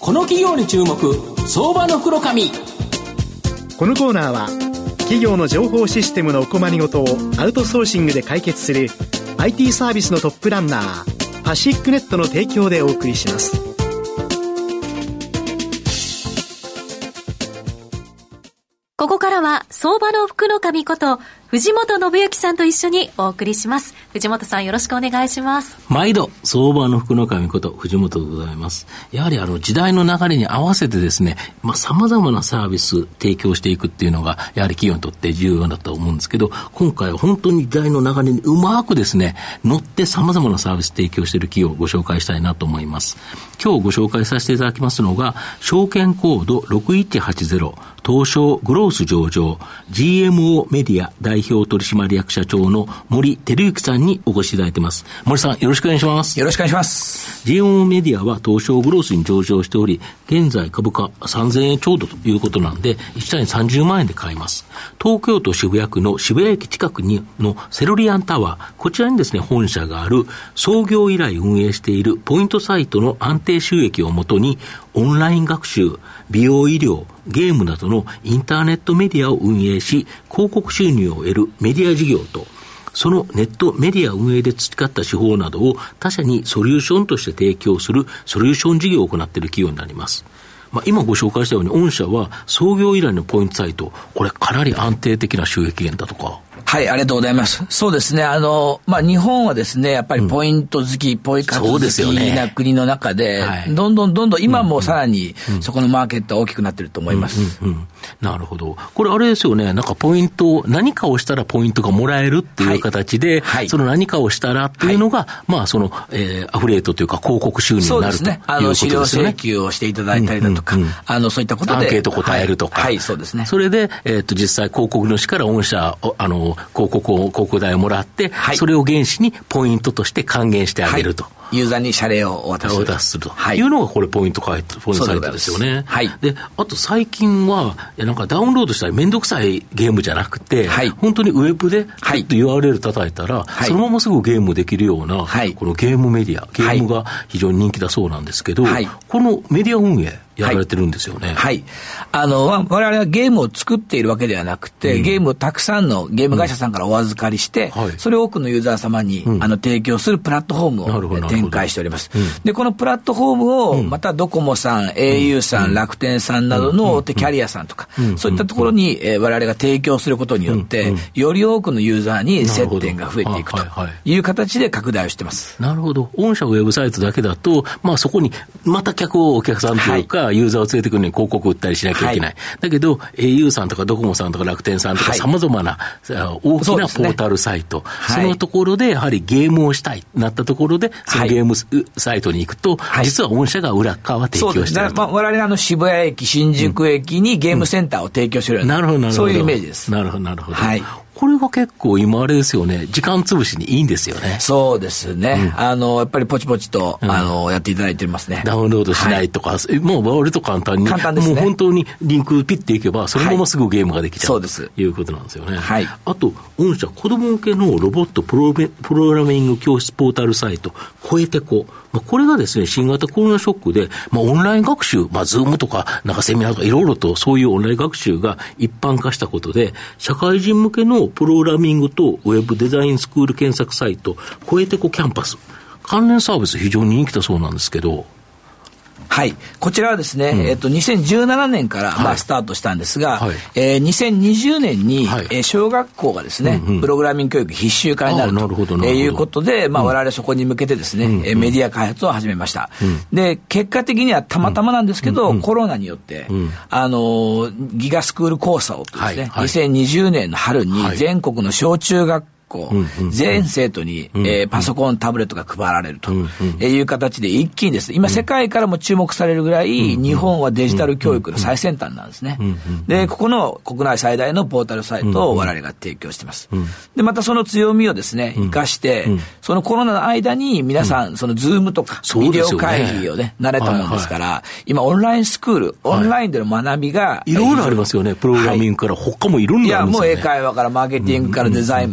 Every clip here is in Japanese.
この企業に注目、相場の袋紙。 このコーナーは企業の情報システムのお困りごとをアウトソーシングで解決する IT サービスのトップランナーパシックネットの提供でお送りします。 ここからは相場の福の神こと藤本信之さんと一緒にお送りします。藤本さん、よろしくお願いします。 毎度相場の福の神こと藤本でございます。やはり時代の流れに合わせてですね、様々なサービス提供していくっていうのがやはり企業にとって重要だと思うんですけど、今回は本当に時代の流れにうまくですね乗って様々なサービス提供している企業をご紹介したいなと思います。今日ご紹介させていただきますのが、証券コード6180東証グロース上場 GMO メディア代表取締役社長の森照之さんにお越しいただいています。森さん、よろしくお願いします。 よろしくお願いします。 GMO メディアは東証グロースに上場しており、現在株価3000円ちょうどということなんで、1単位30万円で買います。東京都渋谷区の渋谷駅近くにのセルリアンタワー、こちらにですね本社がある、創業以来運営しているポイントサイトの安定収益をもとに、オンライン学習、美容医療、ゲームなどのインターネットメディアを運営し、広告収入を得るメディア事業と、そのネットメディア運営で培った手法などを他社にソリューションとして提供するソリューション事業を行っている企業になります。今ご紹介したように、御社は創業以来のポイントサイト、これかなり安定的な収益源だとか。 はい、ありがとうございます。そうですね。日本はですね、やっぱりポイント好き、ポイ活好きな国の中で、どんどん今もさらにそこのマーケットは大きくなっていると思います。 なるほど。これあれですよね、なんかポイント、何かをしたらポイントがもらえるっていう形で、その何かをしたらっていうのが、アフレートというか広告収入になるということですね。 そうですね。資料請求をしていただいたりだとか、そういったことで。 アンケート答えるとか。 はい、そうですね。 それで、実際広告主から御社、広告代をもらって、それを原資にポイントとして還元してあげると。 ユーザーに謝礼をお渡しするというのが、これポイントサイトですよね。で、あと最近はなんかダウンロードしたらめんどくさいゲームじゃなくて、本当にウェブでちょっと URL 叩いたら、そのまますぐゲームできるような、このゲームメディア、ゲームが非常に人気だそうなんですけど、このメディア運営やられてるんですよね。 我々はゲームを作っているわけではなくて、ゲームをたくさんのゲーム会社さんからお預かりして、それを多くのユーザー様に、提供するプラットフォームを展開しております。で、このプラットフォームをまたドコモさん、au さん、楽天さんなどの大手キャリアさんとか、そういったところに我々が提供することによって、より多くのユーザーに接点が増えていくという形で拡大をしています。 なるほど。御社ウェブサイトだけだと、そこにまたお客さんというか、ユーザーを連れてくるのに広告を売ったりしなきゃいけない。だけど au さんとかドコモさんとか楽天さんとか様々な大きなポータルサイト、そのところでやはりゲームをしたいなったところで、そのゲームサイトに行くと、実は御社が裏側提供していると。 我々渋谷駅、新宿駅にゲームセンターを提供しているような、そういうイメージです。 なるほど。これは結構今あれですよね、時間潰しにいいんですよね。 そうですね。やっぱりポチポチと、やっていただいてますね。 ダウンロードしないとか、もう割と簡単に。 簡単ですね。 もう本当にリンクピッていけば、そのまますぐゲームができちゃう、ということなんですよね。あと、御社、子供向けのロボットプログラミング教室ポータルサイト、コエテコ。これがですね、新型コロナショックで、オンライン学習、ズームとか、なんかセミナーとか、いろいろとそういうオンライン学習が一般化したことで、社会人向けのプログラミングとウェブデザインスクール検索サイト、コエテコキャンパス。関連サービス非常に人気だそうなんですけど、 こちらはですね、2017年からスタートしたんですが、2020年に、小学校がですね、プログラミング教育必修化になるということで、我々そこに向けてですね、メディア開発を始めました。で、結果的にはたまたまなんですけど、コロナによって、ギガスクール構想とですね、2020年の春に全国の小中学校全生徒に、パソコン、タブレットが配られるという形で一気にですね、今世界からも注目されるぐらい、日本はデジタル教育の最先端なんですね。で、ここの国内最大のポータルサイトを我々が提供しています。で、またその強みをですね、活かして、そのコロナの間に皆さん、そのズームとか、ビデオ会議をね、慣れたもんですから、今オンラインスクール、オンラインでの学びが、 いろいろありますよね。プログラミングから他もいろんなありますよね。 もう英会話からマーケティングからデザインまでですね。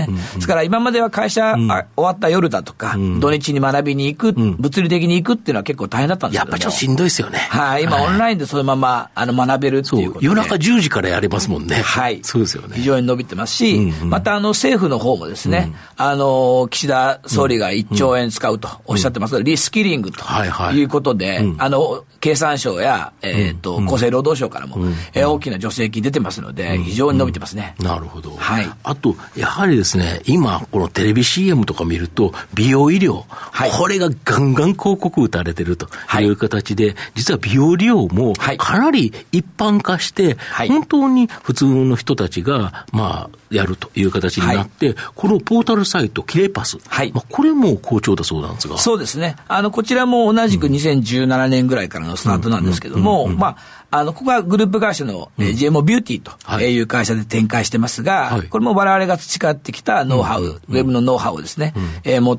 ですから今までは会社、終わった夜だとか、土日に学びに行く、物理的に行くっていうのは結構大変だったんですけども。 やっぱちょっとしんどいですよね。 はい。今オンラインでそのまま学べるっていうことで。 夜中10時からやれますもんね。 はい。 そうですよね。 非常に伸びてますし、また政府の方もですね、岸田総理が1兆円使うとおっしゃってますが、リスキリングということで、経産省や、厚生労働省からも、大きな助成金出てますので、非常に伸びてますね。 なるほど。 はい。 あと、やはりですね、今、このテレビ CM とか見ると、美容医療、これがガンガン広告打たれてるという形で、実は美容利用もかなり一般化して、本当に普通の人たちが、やるという形になって、このポータルサイト、キレパス、これも好調だそうなんですが。 そうですね。こちらも同じく2017年ぐらいからのスタートなんですけども、ここはグループ会社の GMO ビューティーという会社で展開してますが、これも我々が培ってきたノウハウ、ウェブのノウハウをですね、持って、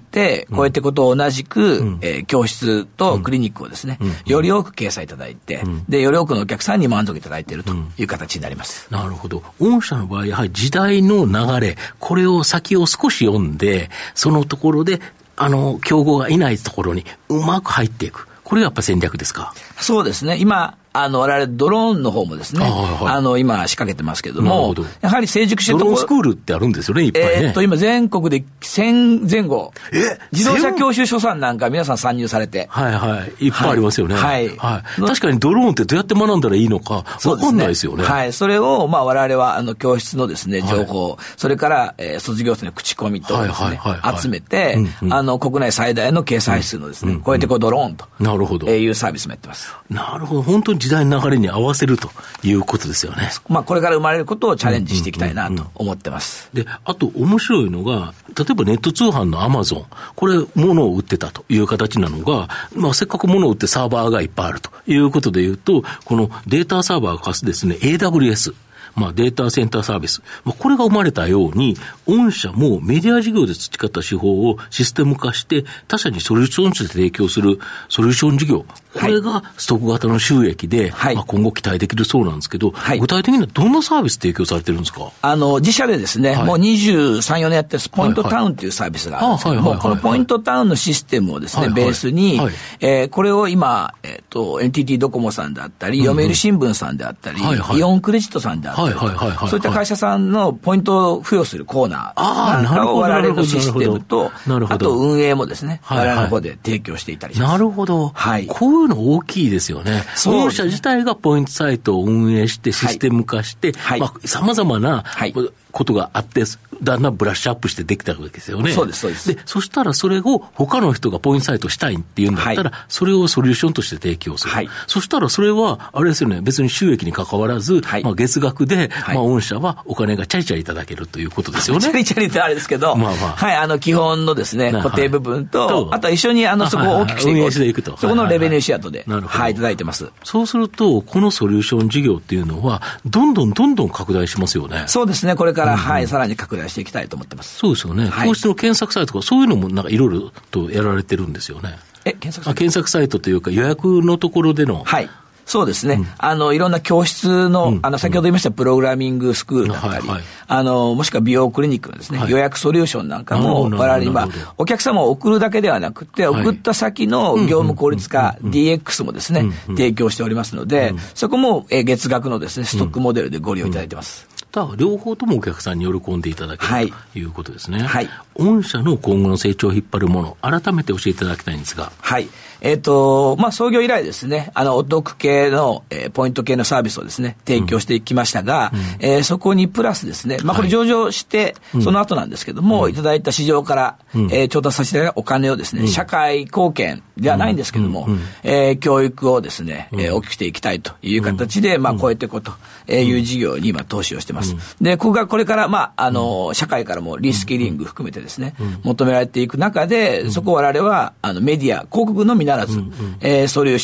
こうやってことを同じく、教室とクリニックをですね、より多く掲載いただいて、で、より多くのお客さんに満足いただいているという形になります。 なるほど。御社の場合、やはり時代の流れ、これを先を少し読んで、そのところで、競合がいないところにうまく入っていく。これがやっぱり戦略ですか？ そうですね。今、我々ドローンの方もですね、今仕掛けてますけども、やはり成熟してるところ。 ドローンスクールってあるんですよね、いっぱいね。 今全国で1000前後。自動車教習所さんなんか皆さん参入されて。 いっぱいありますよね。確かにドローンってどうやって学んだらいいのかわかんないですよね。 それを、我々は教室のですね、情報、それから、卒業生の口コミとですね、集めて、国内最大の掲載数のですね、こうやってドローンというサービスもやってます。 なるほど。本当に時代の流れに合わせるということですよね。 これから生まれることをチャレンジしていきたいなと思ってます。 で、あと面白いのが、例えばネット通販のアマゾン、これ物を売ってたという形なのが、せっかく物を売ってサーバーがいっぱいあるということでいうと、このデータサーバーを貸すですね、AWS、データセンターサービス。これが生まれたように、御社もメディア事業で培った手法をシステム化して、他社にソリューションとして提供するソリューション事業。これがストック型の収益で、今後期待できるそうなんですけど、具体的にはどんなサービス提供されてるんですか？ 自社でですね、もう23、4年やってるポイントタウンというサービスがあるんですけども、このポイントタウンのシステムをですね、ベースに、これを今、NTT ドコモさんであったり、読売新聞さんであったり、イオンクレジットさんであったり、そういった会社さんのポイントを付与するコーナーなんかを我々のシステムと、あと運営もですね、我々の方で提供していたりします。 なるほど。こういうの大きいですよね。御社自体がポイントサイトを運営してシステム化して、様々なことがあって、だんだんブラッシュアップしてできたわけですよね。 そうです、そうです。 で、そしたらそれを他の人がポイントサイトしたいっていうんだったら、それをソリューションとして提供する。そしたらそれは、あれですよね、別に収益に関わらず、月額で、御社はお金がチャリチャリいただけるということですよね。 チャリチャリってあれですけど、基本のですね、固定部分と、あとは一緒にそこを大きくしていくと。そこのレベニューシェアとで、いただいてます。 そうすると、このソリューション事業っていうのは、どんどん拡大しますよね。 そうですね、これから、さらに拡大していきたいと思ってます。 そうですよね。教室の検索サイトとか、そういうのもなんかいろいろとやられてるんですよね。検索サイトというか予約のところでの。 そうですね。いろんな教室の、先ほど言いましたプログラミングスクールだったり、もしくは美容クリニックのですね、予約ソリューションなんかも、我々今、お客様を送るだけではなくて、送った先の業務効率化、DX もですね、提供しておりますので、そこも月額のですね、ストックモデルでご利用いただいてます。 両方ともお客さんに喜んでいただけるということですね。御社の今後の成長を引っ張るもの、改めて教えていただきたいんですが。 創業以来ですね、お得系の、ポイント系のサービスをですね、提供していきましたが、そこにプラスですね、これ上場して、その後なんですけども、いただいた市場から、調達させていただいたお金をですね、社会貢献ではないんですけども、教育をですね、大きくしていきたいという形で、超えていこうという事業に今投資をしてます。で、これから、社会からもリスキリング含めてですね、求められていく中で、そこを我々は、メディア、広告のみならず、ソリューション、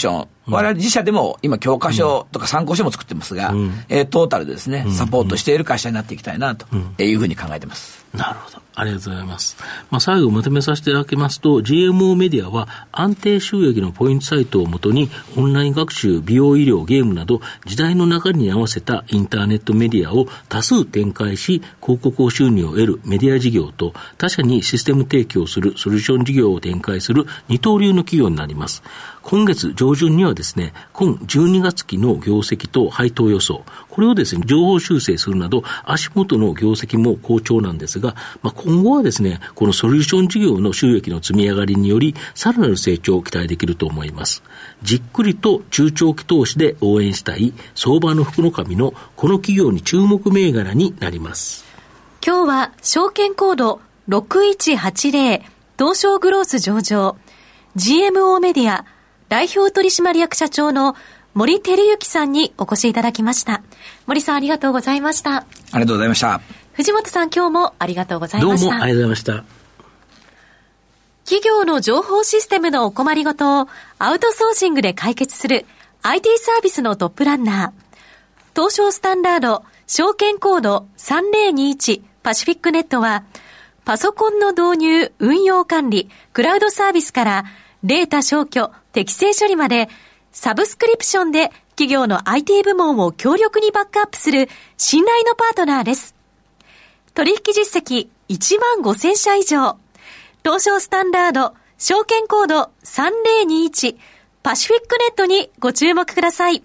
我々自社でも今教科書とか参考書も作ってますが、トータルでですね、サポートしている会社になっていきたいなというふうに考えてます。 なるほど。ありがとうございます。最後まとめさせていただきますと、GMO メディアは安定収益のポイントサイトをもとに、オンライン学習、美容医療、ゲームなど、時代の流れに合わせたインターネットメディアを多数展開し、広告収入を得るメディア事業と、他社にシステム提供するソリューション事業を展開する二刀流の企業になります。今月上旬にはですね、今12月期の業績と配当予想、これをですね、情報修正するなど、足元の業績も好調なんですが、今後はですね、このソリューション事業の収益の積み上がりにより、さらなる成長を期待できると思います。じっくりと中長期投資で応援したい相場の福の神のこの企業に注目銘柄になります。 今日は証券コード6180東証グロース上場 GMO メディア代表取締役社長の森照之さんにお越しいただきました。森さん、ありがとうございました。 ありがとうございました。 藤本さん、今日もありがとうございました。 どうもありがとうございました。 企業の情報システムのお困りごとをアウトソーシングで解決する IT サービスのトップランナー、東証スタンダード証券コード3021パシフィックネットは、パソコンの導入、運用管理、クラウドサービスからデータ消去、適正処理までサブスクリプションで企業の IT 部門を強力にバックアップする信頼のパートナーです。取引実績15,000社以上。東証スタンダード証券コード3021パシフィックネットにご注目ください。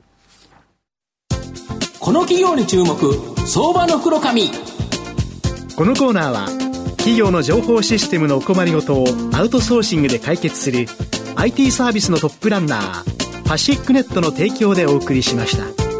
この企業に注目、相場の福の神。 このコーナーは企業の情報システムのお困りごとをアウトソーシングで解決する IT サービスのトップランナーパシフィックネットの提供でお送りしました。